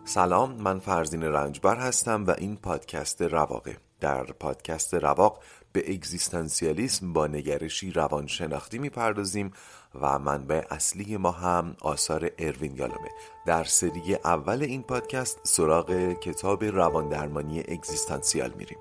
سلام، من فرزین رنجبر هستم و این پادکست رواقه. در پادکست رواق به اگزیستانسیالیسم با نگرشی روانشناختی میپردازیم و منبع اصلی ما هم آثار اروین یالومه. در سری اول این پادکست سراغ کتاب رواندرمانی اگزیستانسیال میریم.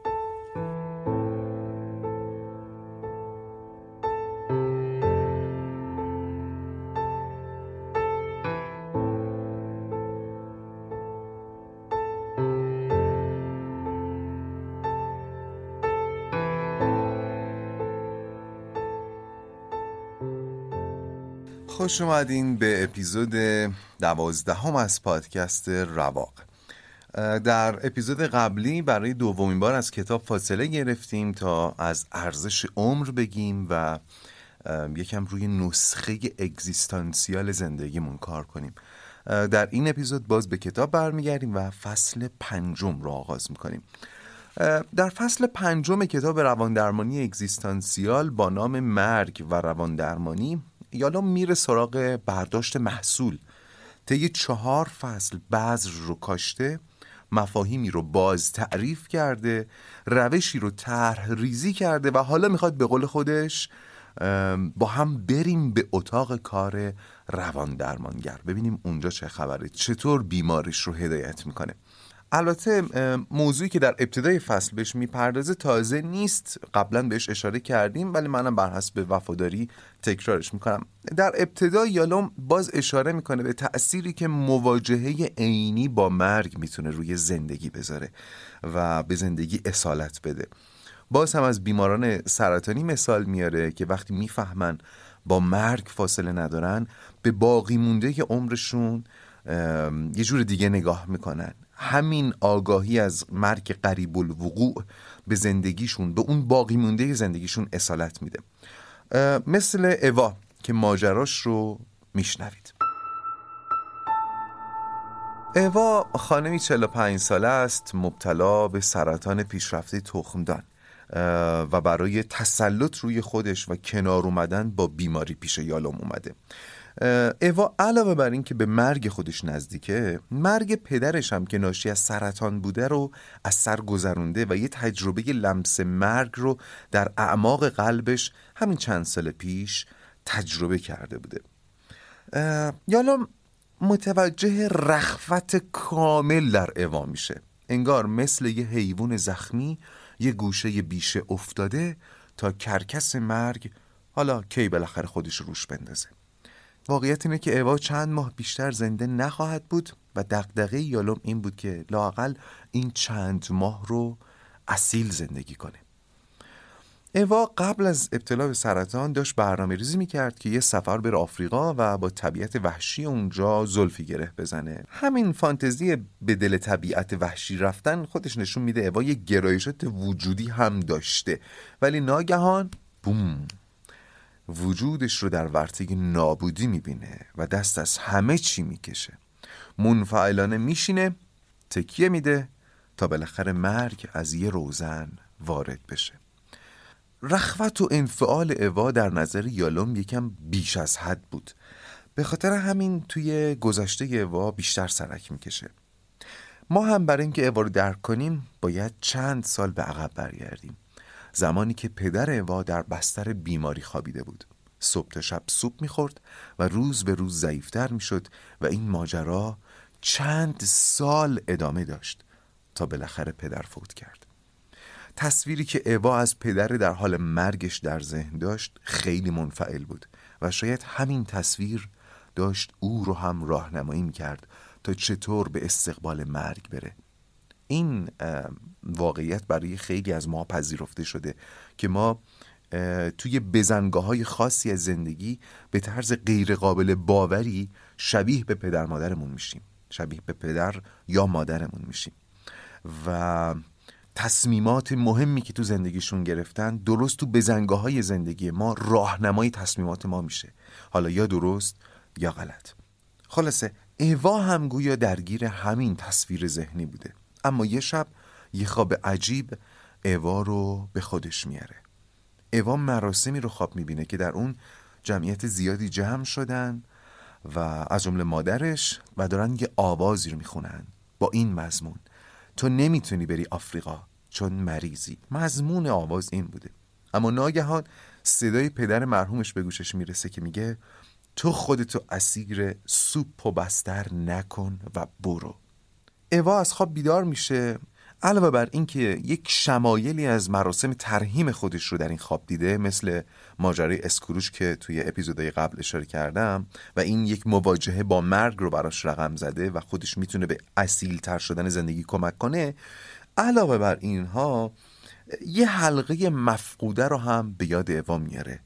خوش اومدین به اپیزود 12 از پادکست رواق. در اپیزود قبلی برای دومین بار از کتاب فاصله گرفتیم تا از ارزش عمر بگیم و یکم روی نسخه اگزیستانسیال زندگیمون کار کنیم. در این اپیزود باز به کتاب برمیگردیم و فصل 5 رو آغاز میکنیم. در فصل 5 کتاب رواندرمانی اگزیستانسیال با نام مرگ و رواندرمانی یالوم میره سراغ برداشت محصول. طی 4 فصل بذر رو کاشته، مفاهیمی رو باز تعریف کرده، روشی رو طرح ریزی کرده و حالا میخواد به قول خودش با هم بریم به اتاق کار رواندرمانگر، ببینیم اونجا چه خبره، چطور بیمارش رو هدایت میکنه. البته موضوعی که در ابتدای فصل بهش میپردازه تازه نیست، قبلا بهش اشاره کردیم ولی منم بر حسب وفاداری تکرارش میکنم. در ابتدا یالوم باز اشاره میکنه به تأثیری که مواجهه عینی با مرگ میتونه روی زندگی بذاره و به زندگی اصالت بده. باز هم از بیماران سرطانی مثال میاره که وقتی میفهمن با مرگ فاصله ندارن، به باقی مونده که عمرشون یه جور دیگه نگاه میکنن. همین آگاهی از مرگ قریب الوقوع به زندگیشون، به اون باقی مونده زندگیشون اصالت میده. مثل اوا که ماجراش رو میشنوید. اوا خانمی 45 ساله است، مبتلا به سرطان پیشرفته تخمدان و برای تسلط روی خودش و کنار اومدن با بیماری پیش یالوم اومده. اوا علاوه بر این که به مرگ خودش نزدیکه، مرگ پدرش هم که ناشی از سرطان بوده رو از سر گذرونده و یه تجربه لمس مرگ رو در اعماق قلبش همین چند سال پیش تجربه کرده بوده. یالوم متوجه رخوت کامل در اوا میشه. انگار مثل یه حیوان زخمی یه گوشه بیشه افتاده تا کرکس مرگ حالا کی بالاخره خودش روش بندازه. واقعیت اینه که اوا چند ماه بیشتر زنده نخواهد بود و دغدغه یالوم این بود که لااقل این چند ماه رو اصیل زندگی کنه. اوا قبل از ابتلا به سرطان داشت برنامه ریزی میکرد که یه سفر بره آفریقا و با طبیعت وحشی اونجا زلفی گره بزنه. همین فانتزی به دل طبیعت وحشی رفتن خودش نشون میده اوا یه گرایشات وجودی هم داشته، ولی ناگهان بوم، وجودش رو در ورطه نابودی میبینه و دست از همه چی میکشه. منفعلانه میشینه، تکیه میده تا بالاخره مرگ از یه روزن وارد بشه. رخوت و انفعال اوا در نظر یالوم یکم بیش از حد بود. به خاطر همین توی گذشته اوا بیشتر سرک میکشه. ما هم برای اینکه اوا رو درک کنیم باید چند سال به عقب برگردیم. زمانی که پدر اوا در بستر بیماری خوابیده بود. صبح تا شب سوپ میخورد و روز به روز ضعیفتر میشد و این ماجرا چند سال ادامه داشت تا بالاخره پدر فوت کرد. تصویری که اوا از پدر در حال مرگش در ذهن داشت خیلی منفعل بود و شاید همین تصویر داشت او رو هم راهنمایی میکرد تا چطور به استقبال مرگ بره. این واقعیت برای خیلی از ما پذیرفته شده که ما توی بزنگاه‌های خاصی از زندگی به طرز غیر قابل باوری شبیه به پدر مادرمون میشیم، شبیه به پدر یا مادرمون میشیم و تصمیمات مهمی که تو زندگیشون گرفتن درست تو بزنگاه‌های زندگی ما راهنمای تصمیمات ما میشه، حالا یا درست یا غلط. خلاصه اوا هم گویا درگیر همین تصویر ذهنی بوده، اما یه شب یه خواب عجیب اوا رو به خودش میاره. اوا مراسمی رو خواب میبینه که در اون جمعیت زیادی جمع شدن و از جمله مادرش و دارن یه آوازی رو میخونن. با این مضمون: تو نمیتونی بری آفریقا چون مریضی. مضمون آواز این بوده. اما ناگهان صدای پدر مرحومش به گوشش میرسه که میگه: تو خودتو اسیر سوپ و بستر نکن و برو. اوا از خواب بیدار میشه. علاوه بر این که یک شمایلی از مراسم ترحیم خودش رو در این خواب دیده، مثل ماجرای اسکروج که توی اپیزودهای قبل اشاره کردم، و این یک مواجهه با مرگ رو براش رقم زده و خودش میتونه به اصیل‌تر شدن زندگی کمک کنه، علاوه بر اینها یه حلقه مفقوده رو هم به یاد اوا میاره.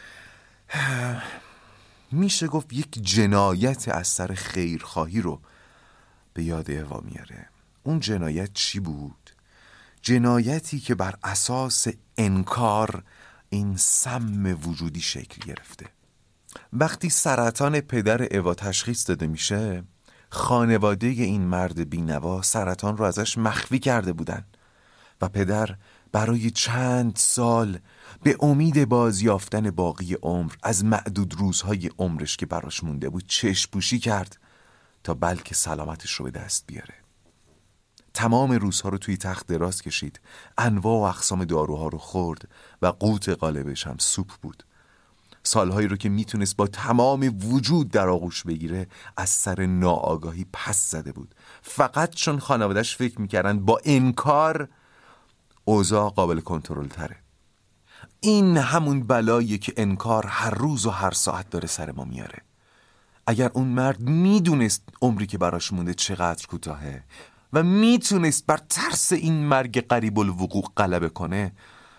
میشه گفت یک جنایت از سر خیرخواهی رو به یاد اوا میاره. اون جنایت چی بود؟ جنایتی که بر اساس انکار این سم وجودی شکل گرفته. وقتی سرطان پدر اوا تشخیص داده میشه، خانواده این مرد بینوا سرطان رو ازش مخفی کرده بودن و پدر برای چند سال به امید بازیافتن باقی عمر از معدود روزهای عمرش که براش مونده بود چشم پوشی کرد تا بلکه سلامتش رو به دست بیاره. تمام روزها رو توی تخت دراز کشید، انواع و اقسام داروها رو خورد و قوت غالبش هم سوپ بود. سالهایی رو که میتونست با تمام وجود در آغوش بگیره از سر ناآگاهی پس زده بود، فقط چون خانواده‌اش فکر میکردن با انکار اوضاع قابل کنترل تره. این همون بلاییه که انکار هر روز و هر ساعت داره سر ما میاره. اگر اون مرد میدونست عمری که براش مونده چقدر کوتاهه و میتونست بر ترس این مرگ قریب الوقوع غلبه کنه،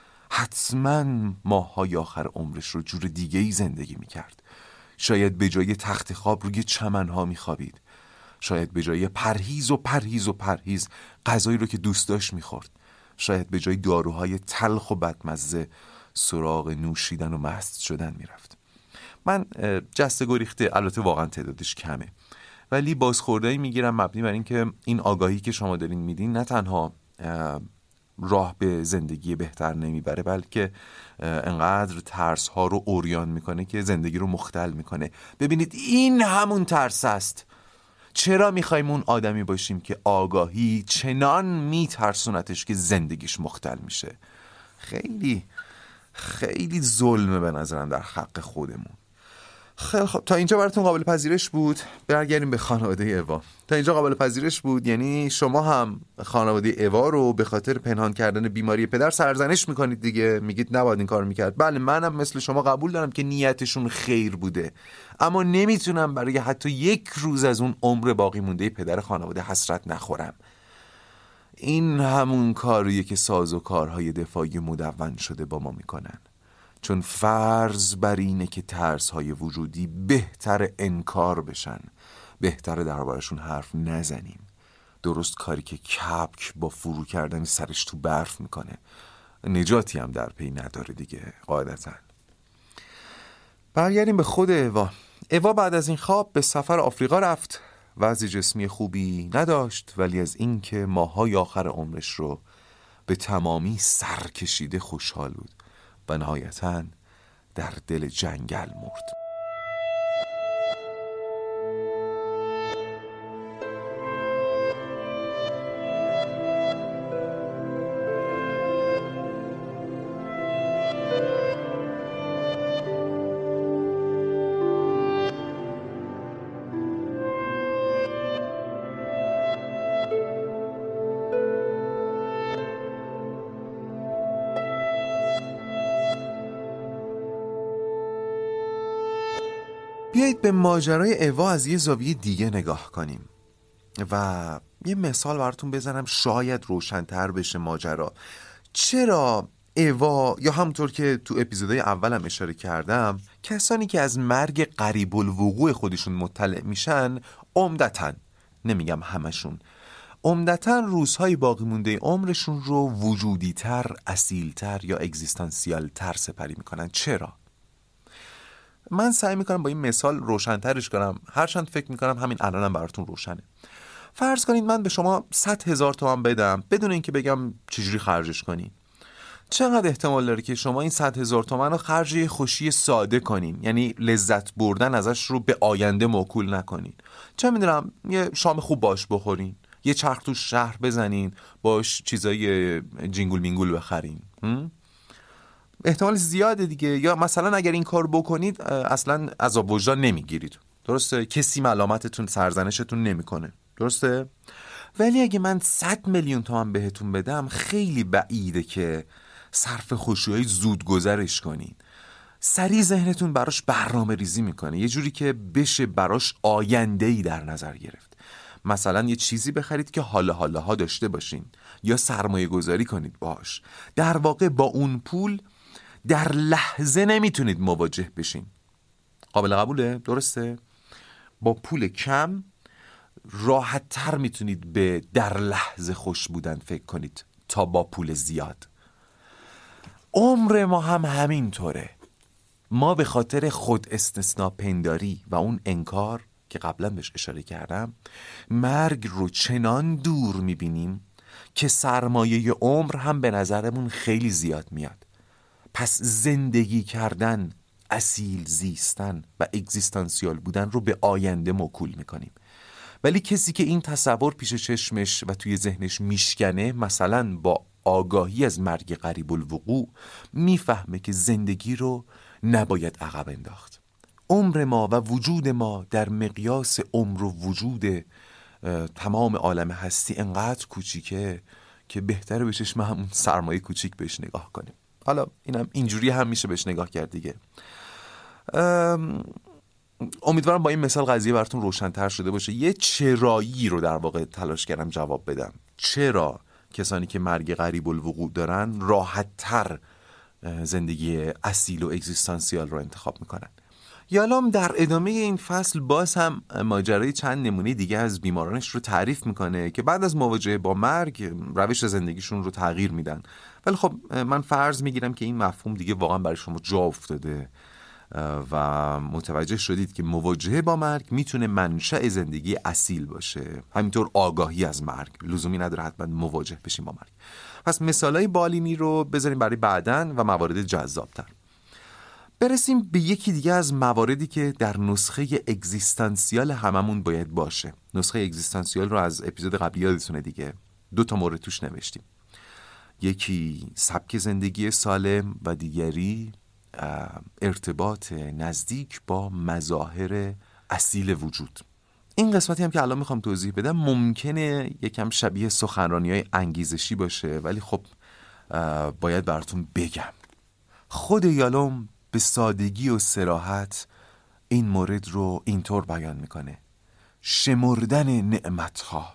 حتما ماه‌های آخر عمرش رو جور دیگه‌ای زندگی میکرد. شاید به جای تخت خواب روی چمنها میخوابید. شاید به جای پرهیز غذایی رو که دوست داشت میخورد. شاید به جای داروهای تلخ و بدمزه سراغ نوشیدن و مست شدن میرفت. من جسته گریخته، البته واقعا تعدادش کمه، ولی بازخوردهایی میگیرم مبنی بر این که این آگاهی که شما دارین میدین نه تنها راه به زندگی بهتر نمیبره، بلکه انقدر ترس ها رو عریان میکنه که زندگی رو مختل میکنه. ببینید این همون ترس است. چرا میخوایم اون آدمی باشیم که آگاهی چنان میترسونتش که زندگیش مختل میشه؟ خیلی خیلی ظلمه به نظرم در حق خودمون. خیلی خب، تا اینجا براتون قابل پذیرش بود؟ برگردیم به خانواده اوا. تا اینجا قابل پذیرش بود؟ یعنی شما هم خانواده اوا رو به خاطر پنهان کردن بیماری پدر سرزنش میکنید دیگه، میگید نباید این کار میکرد. بله، منم مثل شما قبول دارم که نیتشون خیر بوده، اما نمیتونم برای حتی یک روز از اون عمر باقی مونده پدر خانواده حسرت نخورم. این همون کاریه که سازوکارهای دفاعی مدون شده با ما میکنن، چون فرض بر اینه که ترس‌های وجودی بهتر انکار بشن، بهتر دربارشون حرف نزنیم. درست کاری که کپک با فرو کردن سرش تو برف میکنه، نجاتی هم در پی نداره دیگه قاعدتاً. برگردیم به خود اوا. اوا بعد از این خواب به سفر آفریقا رفت. وضع جسمی خوبی نداشت، ولی از این که ماهای آخر عمرش رو به تمامی سر کشیده خوشحال بود و نهایتاً در دل جنگل مرد. بیایید به ماجرای اوا از یه زاویه دیگه نگاه کنیم و یه مثال براتون بزنم شاید روشن‌تر بشه ماجرا. چرا اوا، یا همونطور که تو اپیزودهای اولم اشاره کردم، کسانی که از مرگ قریب الوقوع خودشون مطلع میشن عمدتاً، نمیگم همشون، عمدتاً روزهای باقی مونده عمرشون رو وجودی‌تر، اصیل‌تر یا اگزیستانسیال‌تر سپری میکنن. چرا؟ من سعی میکنم با این مثال روشن‌ترش کنم، هرچند فکر میکنم همین الانم براتون روشنه. فرض کنید من به شما 100,000 تومان بدم بدون اینکه بگم چجوری خرجش کنین. چقدر احتمال داره که شما این 100,000 تومان رو خرج یه خوشی ساده کنین، یعنی لذت بردن ازش رو به آینده موکول نکنین؟ چه میدونم، یه شام خوب باش بخورین، یه چرخ تو شهر بزنین، باش چیزای جینگول مینگول بخرین. احتمال زیاده دیگه. یا مثلا اگر این کار بکنید اصلا عذاب وجدان نمیگیرید، درسته؟ کسی ملامتتون، سرزنشتون نمیکنه، درسته؟ ولی اگه من 100 میلیون تومان بهتون بدم، خیلی بعیده که صرف خشوعی زود گذرش کنین. سریع ذهنتون براش برنامه ریزی میکنه، یه جوری که بشه براش آینده‌ای در نظر گرفت. مثلا یه چیزی بخرید که حالا داشته باشین، یا سرمایه گذاری کنید باش. در واقع با اون پول در لحظه نمیتونید مواجه بشین. قابل قبوله؟ درسته؟ با پول کم راحت تر میتونید به در لحظه خوش بودن فکر کنید تا با پول زیاد. عمر ما هم همینطوره. ما به خاطر خود استثناء پنداری و اون انکار که قبلا بهش اشاره کردم، مرگ رو چنان دور میبینیم که سرمایه عمر هم به نظرمون خیلی زیاد میاد. پس زندگی کردن، اصیل زیستن و اگزیستانسیال بودن رو به آینده موکول میکنیم. ولی کسی که این تصور پیش چشمش و توی ذهنش میشکنه، مثلا با آگاهی از مرگ قریب الوقوع، میفهمه که زندگی رو نباید عقب انداخت. عمر ما و وجود ما در مقیاس عمر و وجود تمام عالم هستی انقدر کوچیکه که بهتره به چشم همون سرمایه کوچیک بهش نگاه کنیم. حالا اینم اینجوری هم میشه بهش نگاه کرد دیگه. امیدوارم با این مثال قضیه براتون روشن‌تر شده باشه. یه چرایی رو در واقع تلاش کردم جواب بدم. چرا کسانی که مرگ قریب الوقوع دارن راحت‌تر زندگی اصیل و اگزیستانسیال رو انتخاب میکنن؟ یالام در ادامه این فصل باز هم ماجرای چند نمونه دیگه از بیمارانش رو تعریف میکنه که بعد از مواجهه با مرگ روش زندگیشون رو تغییر میدن. ولی خب من فرض میگیرم که این مفهوم دیگه واقعا برای شما جا افتاده و متوجه شدید که مواجهه با مرگ میتونه منشأ زندگی اصیل باشه. همینطور آگاهی از مرگ لزومی نداره حتما مواجه بشیم با مرگ. پس مثالای بالینی رو بذاریم برای بعدن و موارد جذابتر. برسیم به یکی دیگه از مواردی که در نسخه اگزیستانسیال هممون باید باشه. نسخه اگزیستانسیال رو از اپیزود قبلی یادتونه دیگه. 2 مورد توش نوشتیم. یکی سبک زندگی سالم و دیگری ارتباط نزدیک با مظاهر اصیل وجود. این قسمتی هم که الان میخوام توضیح بدم ممکنه یکم شبیه سخنرانی‌های انگیزشی باشه، ولی خب باید براتون بگم. خود یالوم به سادگی و صراحت این مورد رو اینطور بیان میکنه: شمردن نعمتها،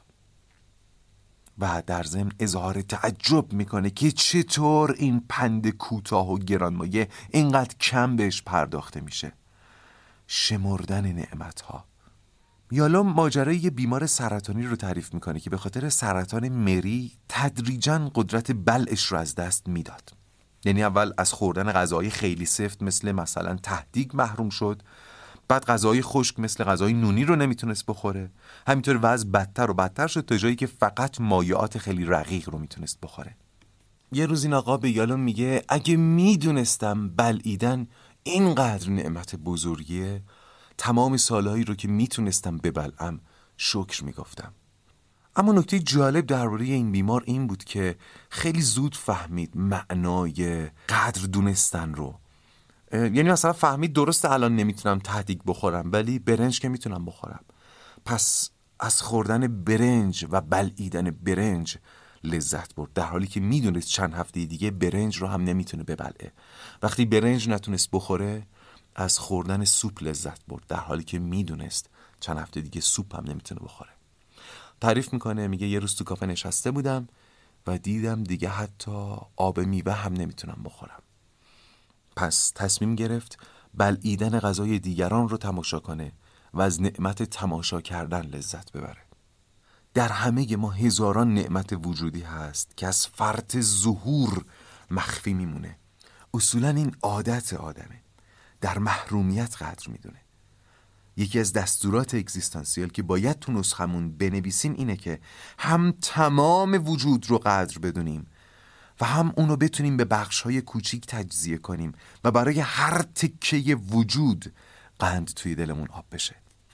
و در ضمن اظهار تعجب میکنه که چطور این پند کوتاه و گرانمایه اینقدر کم بهش پرداخته میشه. شمردن نعمتها. یالوم ماجرای یه بیمار سرطانی رو تعریف میکنه که به خاطر سرطان مری تدریجاً قدرت بلعش رو از دست میداد. یعنی اول از خوردن غذای خیلی سفت مثلا تهدیگ محروم شد، بعد غذای خشک مثل غذای نونی رو نمیتونست بخوره، همینطور وضع بدتر و بدتر شد تا جایی که فقط مایعات خیلی رقیق رو میتونست بخوره. یه روز این آقا به یالوم میگه اگه میدونستم بلعیدن اینقدر نعمت بزرگیه، تمام سالهایی رو که میتونستم ببلعم شکر میگفتم. اما نکته جالب درباره این بیمار این بود که خیلی زود فهمید معنای قدر دونستن رو. یعنی مثلا فهمید درسته الان نمیتونم تهدیگ بخورم، ولی برنج که میتونم بخورم. پس از خوردن برنج و بلعیدن برنج لذت برد، در حالی که میدونست چند هفته دیگه برنج رو هم نمیتونه ببلعه. وقتی برنج نتونست بخوره، از خوردن سوپ لذت برد، در حالی که میدونست چند هفته دیگه سوپ هم نمیتونه بخوره. تعریف میکنه، میگه یه روز تو کافه نشسته بودم و دیدم دیگه حتی آب میوه هم نمیتونم بخورم. پس تصمیم گرفت بلعیدن غذای دیگران رو تماشا کنه و از نعمت تماشا کردن لذت ببره. در همه ما هزاران نعمت وجودی هست که از فرط ظهور مخفی میمونه. اصولا این عادت آدمه، در محرومیت قدر میدونه. یکی از دستورات اگزیستانسیال که باید تو نسخمون بنویسیم اینه که هم تمام وجود رو قدر بدونیم و هم اونو بتونیم به بخش‌های کوچیک تجزیه کنیم و برای هر تکه وجود قند توی دلمون آب بشه.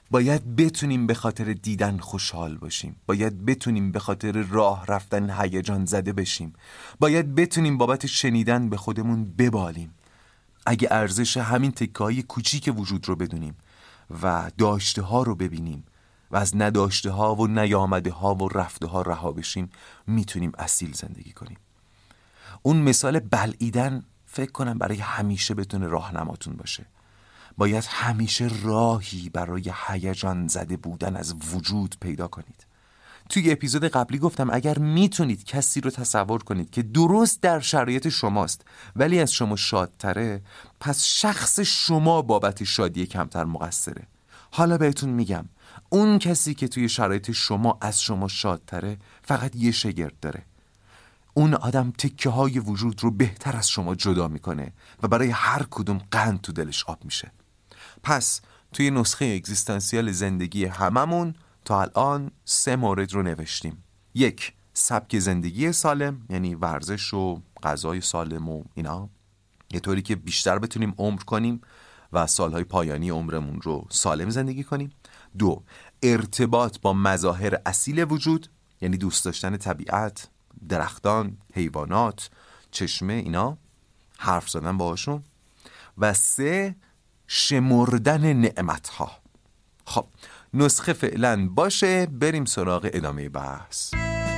باید بتونیم به خاطر دیدن خوشحال باشیم، باید بتونیم به خاطر راه رفتن هیجان زده بشیم، باید بتونیم بابت شنیدن به خودمون ببالیم. اگه ارزش همین تکه‌های کوچیک وجود رو بدونیم و داشته ها رو ببینیم و از نداشته ها و نیامده ها و رفته ها رها بشیم، میتونیم اصیل زندگی کنیم. اون مثال بلعیدن فکر کنم برای همیشه بتونه راهنماتون باشه. باید همیشه راهی برای هیجان زده بودن از وجود پیدا کنید. توی اپیزود قبلی گفتم اگر میتونید کسی رو تصور کنید که درست در شرایط شماست ولی از شما شادتره، پس شخص شما بابت شادی کمتر مقصره. حالا بهتون میگم اون کسی که توی شرایط شما از شما شادتره فقط یه شگرد داره. اون آدم تکه های وجود رو بهتر از شما جدا میکنه و برای هر کدوم قند تو دلش آب میشه. پس توی نسخه اگزیستانسیال زندگی هممون تا الان 3 مورد رو نوشتیم. 1. سبک زندگی سالم، یعنی ورزش و غذای سالم و اینا، یه طوری که بیشتر بتونیم عمر کنیم و سالهای پایانی عمرمون رو سالم زندگی کنیم. 2. ارتباط با مظاهر اصیل وجود، یعنی دوست داشتن طبیعت، درختان، حیوانات، چشمه، اینا، حرف زدن باهاشون. و 3. شمردن نعمت‌ها. خب نسخه فعلا باشه، بریم سراغ ادامه بحث.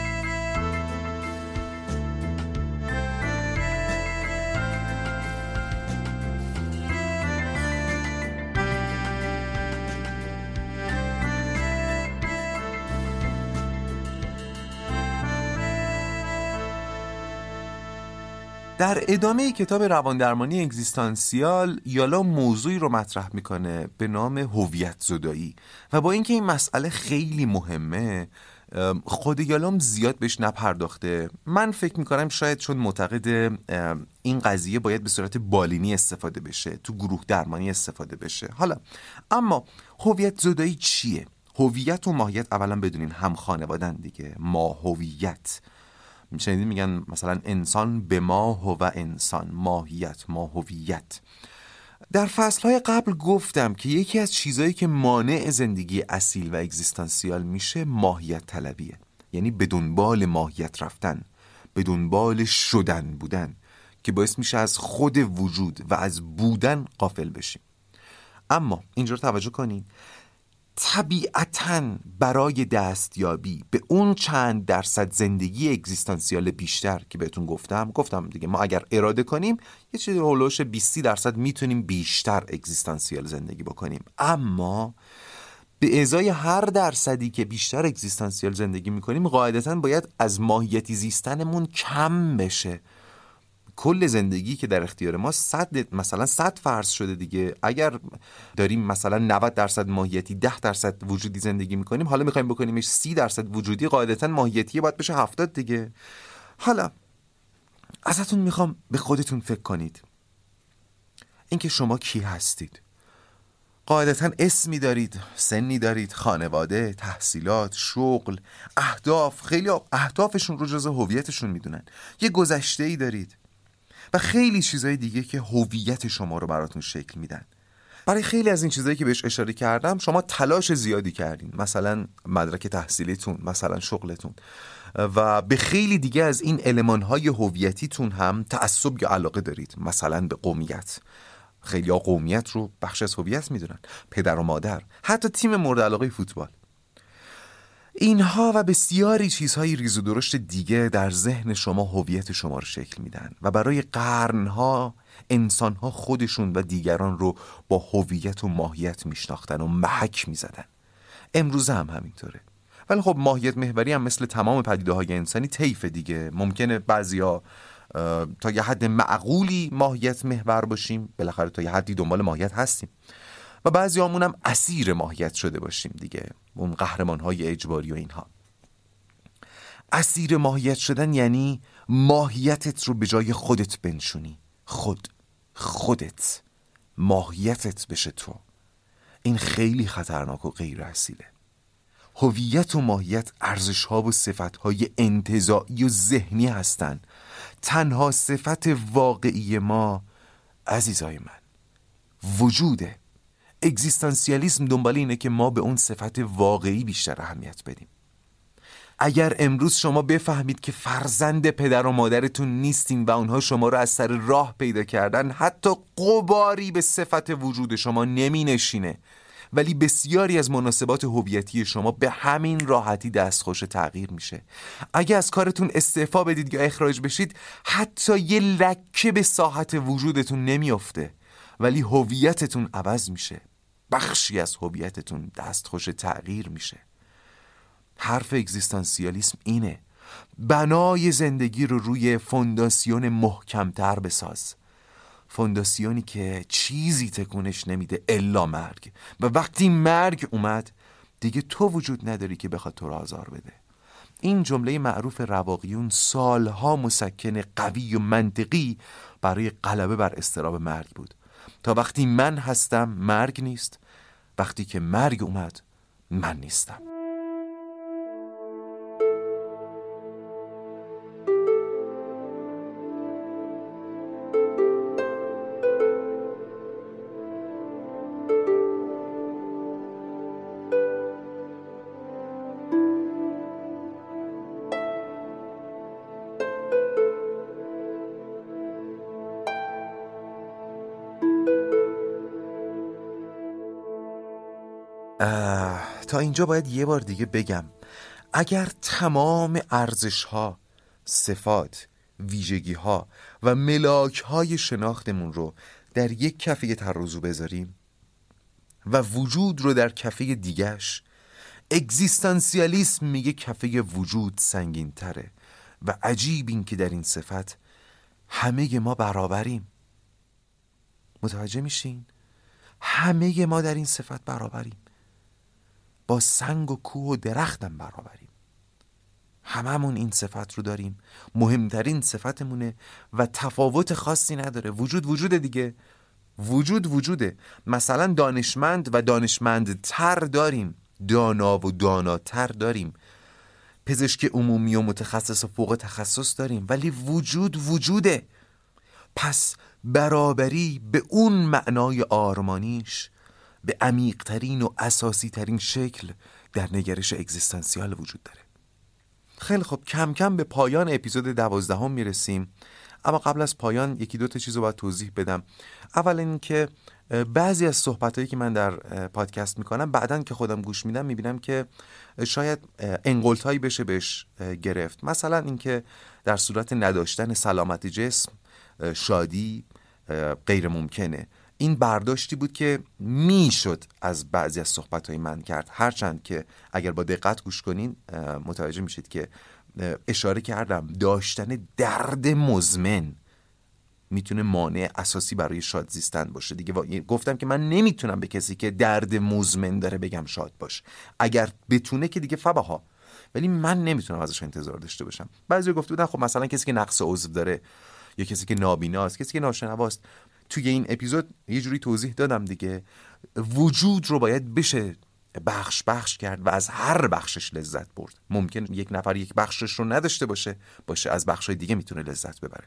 در ادامه کتاب رواندرمانی اگزیستانسیال، یالا موضوعی رو مطرح میکنه به نام هویت زدایی و با اینکه این مسئله خیلی مهمه خود یالام زیاد بهش نپرداخته. من فکر میکنم شاید چون معتقد این قضیه باید به صورت بالینی استفاده بشه، تو گروه درمانی استفاده بشه. حالا اما هویت زدایی چیه؟ هویت و ماهیت اولا بدونین هم خانوادن دیگه. ما هویت شنیدین میگن مثلا انسان به ما هو انسان، ماهیت، ما هویت. در فصلهای قبل گفتم که یکی از چیزایی که مانع زندگی اصیل و اگزیستانسیال میشه ماهیت طلبیه، یعنی به دنبال ماهیت رفتن، به دنبال شدن بودن، که باعث میشه از خود وجود و از بودن غافل بشیم. اما اینجا توجه کنین، طبیعتاً برای دستیابی به اون چند درصد زندگی اگزیستانسیال بیشتر که بهتون گفتم دیگه، ما اگر اراده کنیم یه چیزی هولوش 20% میتونیم بیشتر اگزیستانسیال زندگی بکنیم. اما به ازای هر درصدی که بیشتر اگزیستانسیال زندگی میکنیم قاعدتاً باید از ماهیتی زیستنمون کم بشه. کل زندگی که در اختیار ما 100 فرض شده دیگه. اگر داریم مثلا 90% ماهیتی 10% وجودی زندگی میکنیم، حالا میخوایم بکنیمش 30% وجودی، قاعدتا ماهیتی باید بشه 70 دیگه. حالا ازتون میخوام به خودتون فکر کنید، اینکه شما کی هستید. قاعدتا اسمی دارید، سنی دارید، خانواده، تحصیلات، شغل، اهداف. خیلی اهدافشون رو جزء هویتشون میدونن. یه گذشته‌ای دارید و خیلی چیزای دیگه که هویت شما رو براتون شکل میدن. برای خیلی از این چیزایی که بهش اشاره کردم شما تلاش زیادی کردین، مثلا مدرک تحصیلیتون، مثلا شغلتون، و به خیلی دیگه از این المان‌های هویتیتون هم تعصب یا علاقه دارید، مثلا به قومیت. خیلی‌ها قومیت رو بخش از هویت میدونن، پدر و مادر، حتی تیم مورد علاقه فوتبال. اینها و بسیاری چیزهای ریز و درشت دیگه در ذهن شما هویت شما رو شکل میدن و برای قرنها انسانها خودشون و دیگران رو با هویت و ماهیت میشناختن و محک میزدن. امروز هم همینطوره. ولی خب ماهیت محوری هم مثل تمام پدیده‌های انسانی طیف دیگه. ممکنه بعضیا تا یه حد معقولی ماهیت محور باشیم، بالاخره تا یه حدی دنبال ماهیت هستیم، و بعضی همون هم اسیر ماهیت شده باشیم دیگه، اون قهرمان‌های اجباری و اینها. اسیر ماهیت شدن یعنی ماهیتت رو به جای خودت بنشونی، خودت ماهیتت بشه تو. این خیلی خطرناک و غیر اصیله. هویت و ماهیت ارزش‌ها و صفت‌های انتزاعی و ذهنی هستن. تنها صفت واقعی ما عزیزای من وجوده. اگزیستانسیالیسم دنبال اینه که ما به اون صفت واقعی بیشتر اهمیت بدیم. اگر امروز شما بفهمید که فرزند پدر و مادرتون نیستین و اونها شما رو از سر راه پیدا کردن، حتی غباری به صفت وجود شما نمی نشینه، ولی بسیاری از مناسبات هویتی شما به همین راحتی دستخوش تغییر میشه. اگه از کارتون استعفا بدید یا اخراج بشید، حتی یه لکه به ساحت وجودتون نمیافته، ولی هویتتون عوض میشه. بخشی از هویتتون دستخوش تغییر میشه. حرف اگزیستانسیالیسم اینه: بنای زندگی رو روی فونداسیون محکمتر بساز، فونداسیونی که چیزی تکونش نمیده الا مرگ، و وقتی مرگ اومد دیگه تو وجود نداری که بخواد تو رو آزار بده. این جمله معروف رواقیون سالها مسکن قوی و منطقی برای غلبه بر اضطراب مرگ بود. تا وقتی من هستم مرگ نیست، وقتی که مرگ اومد من نیستم. تا اینجا باید یه بار دیگه بگم: اگر تمام ارزش‌ها، صفات، ویژگی‌ها و ملاک‌های شناختمون رو در یک کفه ترازو بذاریم و وجود رو در کفه دیگش، اگزیستانسیالیسم میگه کفه وجود سنگین تره و عجیب این که در این صفت همه ما برابریم. متوجه میشین؟ همه ما در این صفت برابریم، با سنگ و کوه و درختم برابریم. هممون این صفت رو داریم، مهمترین صفتمونه و تفاوت خاصی نداره. وجود دیگه، وجود وجوده. مثلا دانشمند و دانشمندتر داریم، دانا و داناتر داریم، پزشک عمومی و متخصص و فوق تخصص داریم، ولی وجود وجوده. پس برابری به اون معنای آرمانیش به عمیق‌ترین و اساسی ترین شکل در نگرش اگزیستانسیال وجود داره. خیلی خب، کم کم به پایان اپیزود 12 میرسیم، اما قبل از پایان یکی دو تا چیز رو باید توضیح بدم. اول این که بعضی از صحبتایی که من در پادکست میکنم بعدن که خودم گوش میدم میبینم که شاید انگلتایی بشه بهش گرفت. مثلا این که در صورت نداشتن سلامت جسم شادی غیر ممکنه. این برداشتی بود که میشد از بعضی از صحبت‌های من کرد، هرچند که اگر با دقت گوش کنین متوجه میشید که اشاره کردم داشتن درد مزمن میتونه مانع اساسی برای شاد زیستن باشه دیگه. گفتم که من نمیتونم به کسی که درد مزمن داره بگم شاد باش. اگر بتونه که دیگه فبها، ولی من نمیتونم ازش انتظار داشته باشم. بعضی گفته بودن خب مثلا کسی که نقص عضو داره، یا کسی که نابیناست، کسی که ناشنواست. توی این اپیزود یه جوری توضیح دادم دیگه. وجود رو باید بشه بخش کرد و از هر بخشش لذت برد. ممکن یک نفر یک بخشش رو نداشته باشه از بخشای دیگه میتونه لذت ببره.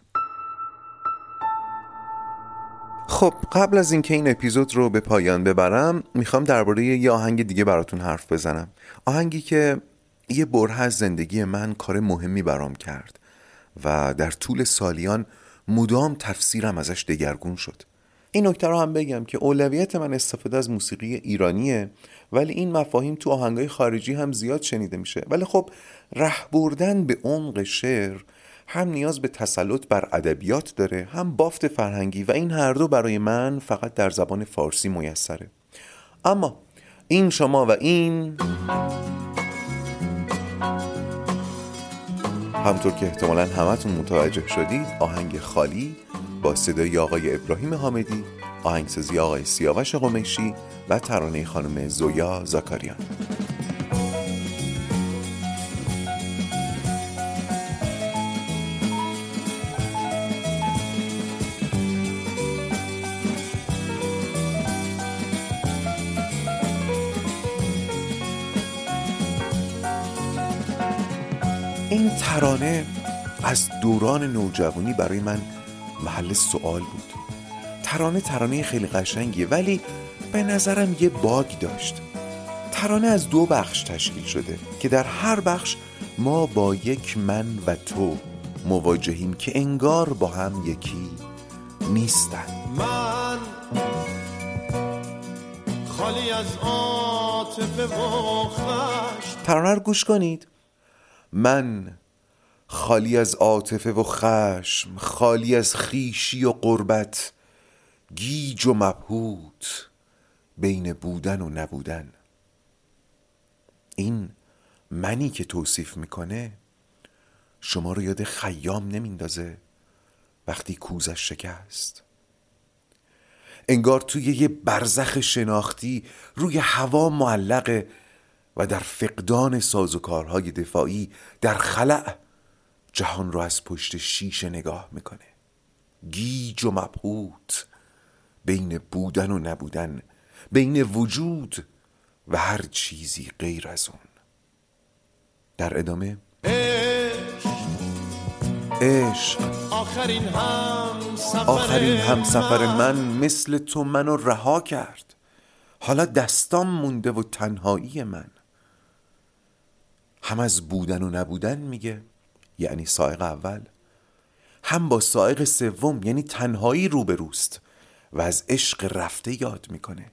خب قبل از اینکه این اپیزود رو به پایان ببرم میخوام درباره یه آهنگ دیگه براتون حرف بزنم. آهنگی که یه بره از زندگی من کار مهمی برام کرد و در طول سالیان مدام تفسیرم ازش دگرگون شد. این نکته رو هم بگم که اولویت من استفاده از موسیقی ایرانیه، ولی این مفاهیم تو آهنگای خارجی هم زیاد شنیده میشه. ولی خب ره بردن به عمق شعر هم نیاز به تسلط بر ادبیات داره، هم بافت فرهنگی، و این هر دو برای من فقط در زبان فارسی میسره. اما این شما و این، همطور که احتمالاً همتون متوجه شدید، آهنگ خالی با صدای آقای ابراهیم حامدی، آهنگسازی آقای سیاوش قمیشی و ترانه خانم زویا زاکاریان. این ترانه از دوران نوجوانی برای من محل سوال بود. ترانه خیلی قشنگیه، ولی به نظرم یه باگ داشت. ترانه از 2 بخش تشکیل شده که در هر بخش ما با یک من و تو مواجهیم که انگار با هم یکی نیستن. من خالی از عاطفه و خشم. ترانه رو گوش کنید. من خالی از عاطفه و خشم، خالی از خویشی و غربت، گیج و مبهوت بین بودن و نبودن. این منی که توصیف میکنه شما رو یاد خیام نمیندازه وقتی کوزش شکست؟ انگار توی یه برزخ شناختی روی هوا معلقه و در فقدان سازوکارهای دفاعی در خلأ جهان رو از پشت شیشه نگاه میکنه، گیج و مبهوت بین بودن و نبودن، بین وجود و هر چیزی غیر از اون. در ادامه عشق آخرین همسفر من مثل تو منو رها کرد. حالا دستام مونده و تنهایی من. هم از بودن و نبودن میگه، یعنی سائق اول، هم با سائق سوم یعنی تنهایی روبروست و از عشق رفته یاد میکنه.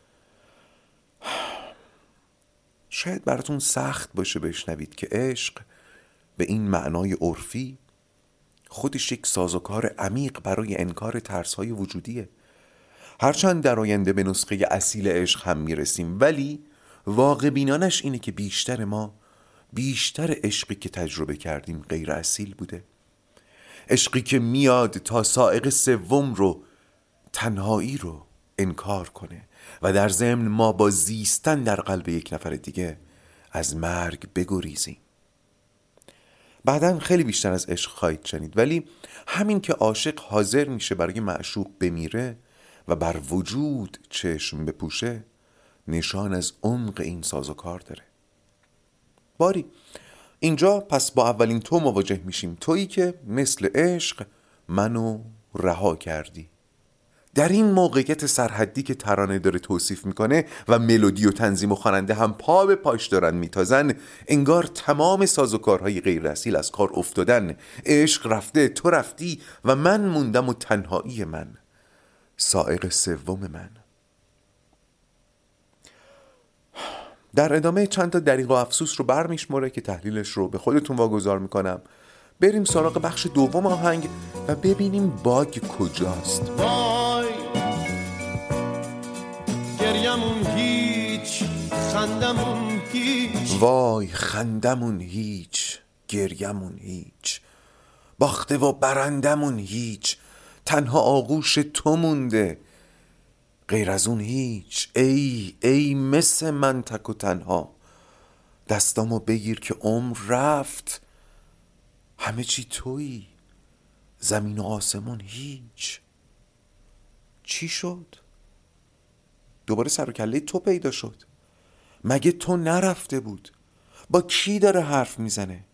شاید براتون سخت باشه بشنوید که عشق به این معنای عرفی خودش یک سازوکار عمیق برای انکار ترس‌های وجودیه. هرچند در آینده به نسخه اصیل عشق هم میرسیم، ولی واقع بینانش اینه که بیشتر عشقی که تجربه کردیم غیر اصیل بوده. عشقی که میاد تا سائق سوم رو، تنهایی رو انکار کنه و در ضمن ما با زیستن در قلب یک نفر دیگه از مرگ بگریزیم. بعداً خیلی بیشتر از عشق خواهید شنید، ولی همین که عاشق حاضر میشه برای معشوق بمیره و بر وجود چشم بپوشه نشان از عمق این سازوکار داره. باری اینجا پس با اولین تو مواجه میشیم، تویی که مثل عشق منو رها کردی. در این موقعیت سرحدی که ترانه داره توصیف میکنه و ملودی و تنظیم و خواننده هم پا به پاش دارن میتازن، انگار تمام سازوکارهای غیر اصیل از کار افتادن. عشق رفته، تو رفتی و من موندم و تنهایی من، سائق سوم من. در ادامه چند تا دریغ و افسوس رو برمیشمره که تحلیلش رو به خودتون واگذار میکنم. بریم سراغ بخش دوم آهنگ و ببینیم باگ کجاست. وای گریمون هیچ، خندمون هیچ، وای خندمون هیچ، گریمون هیچ، باخته و برندمون هیچ، تنها آغوش تو مونده غیر از اون هیچ. ای مثل من تک و تنها، دستامو بگیر که عمر رفت، همه چی تویی، زمین و آسمون هیچ. چی شد؟ دوباره سر و کله تو پیدا شد. مگه تو نرفته بود؟ با کی داره حرف میزنه؟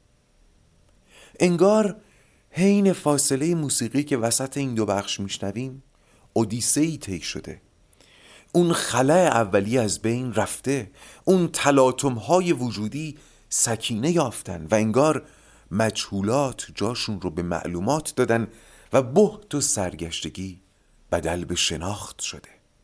انگار حین فاصله موسیقی که وسط این 2 بخش میشنویم اودیسه‌ای طی شده. اون خلأ اولی از بین رفته، اون تلاطم‌های وجودی سکینه یافتن و انگار مجهولات جاشون رو به معلومات دادن و بهت و سرگشتگی بدل به شناخت شده.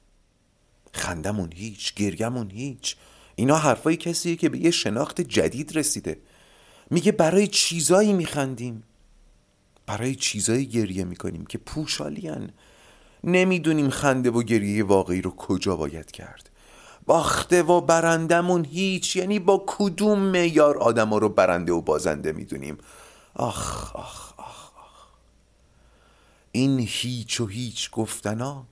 خندمون هیچ، گریمون هیچ، اینا حرفای کسیه که به یه شناخت جدید رسیده. میگه برای چیزایی میخندیم، برای چیزایی گریه میکنیم که پوشالین. نمیدونیم خنده و گریه واقعی رو کجا باید کرد. باخته و برندمون هیچ، یعنی با کدوم معیار آدم ها رو برنده و بازنده میدونیم؟ آخ آخ آخ آخ. این هیچ و هیچ گفتنا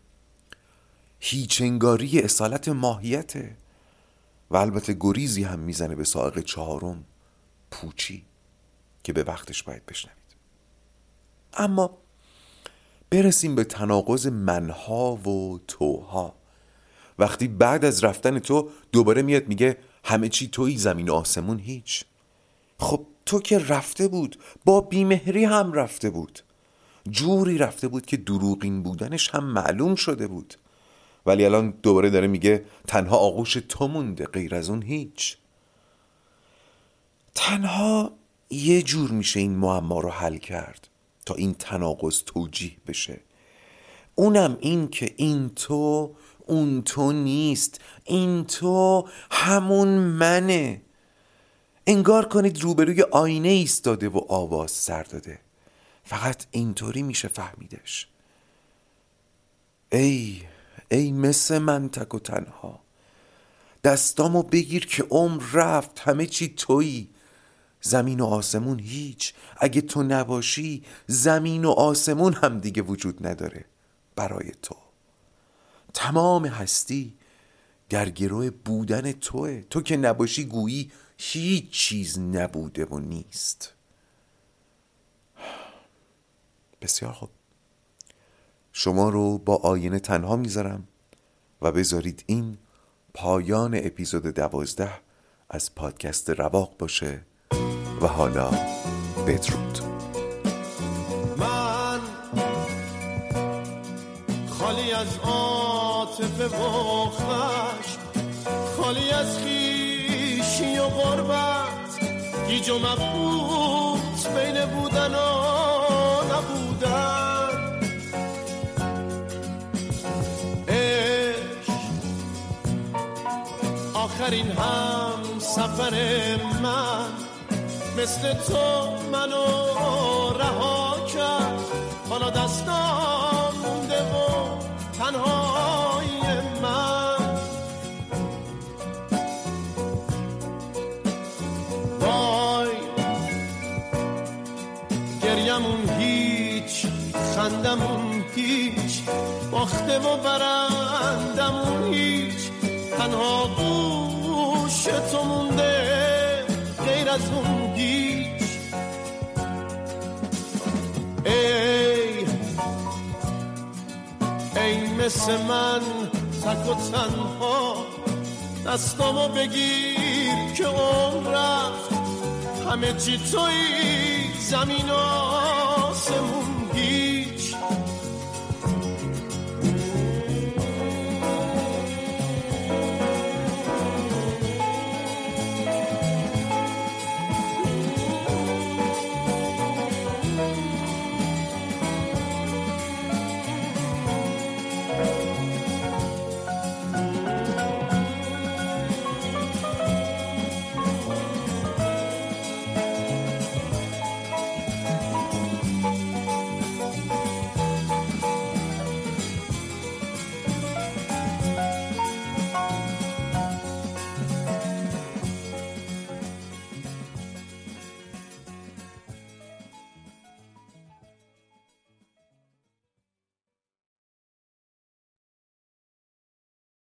هیچ انگاری اصالت ماهیته و البته گریزی هم میزنه به سائق چهارم، پوچی، که به وقتش باید بشنوید. اما برسیم به تناقض منها و توها. وقتی بعد از رفتن تو دوباره میاد میگه همه چی تویی، زمین و آسمون هیچ. خب تو که رفته بود، با بیمهری هم رفته بود، جوری رفته بود که دروغین بودنش هم معلوم شده بود. ولی الان دوباره داره میگه تنها آغوش تو مونده، غیر از اون هیچ. تنها یه جور میشه این معما رو حل کرد تا این تناقض توجیه بشه، اونم این که این تو اون تو نیست، این تو همون منه. انگار کنید روبروی آینه ایستاده و آواز سر داده. فقط اینطوری میشه فهمیدش. ای مثل من تک و تنها، دستامو بگیر که عمر رفت، همه چی تویی، زمین و آسمون هیچ، اگه تو نباشی زمین و آسمون هم دیگه وجود نداره برای تو. تمام هستی در گروه بودن توه، تو که نباشی گویی هیچ چیز نبوده و نیست. بسیار خوب، شما رو با آینه تنها میذارم و بذارید این پایان اپیزود 12 از پادکست رواق باشه و حالا بدرود. من خالی از عاطفه و خشم، خالی از خویشی و غربت، گیج و مبهوت بین بودن و نبودن. آخرین هم سفر من مثل تو منو رها کرد، حالا دستام مونده و تنهای من. وای گریمون هیچ، خندمون هیچ، باخته و برندمون هیچ، تنها گوش تو مونده، غیر از اون هیچ. ای مثل من تک و تنها، دستامو بگیر که عمر رفت، همه چی توی، زمین و آسمون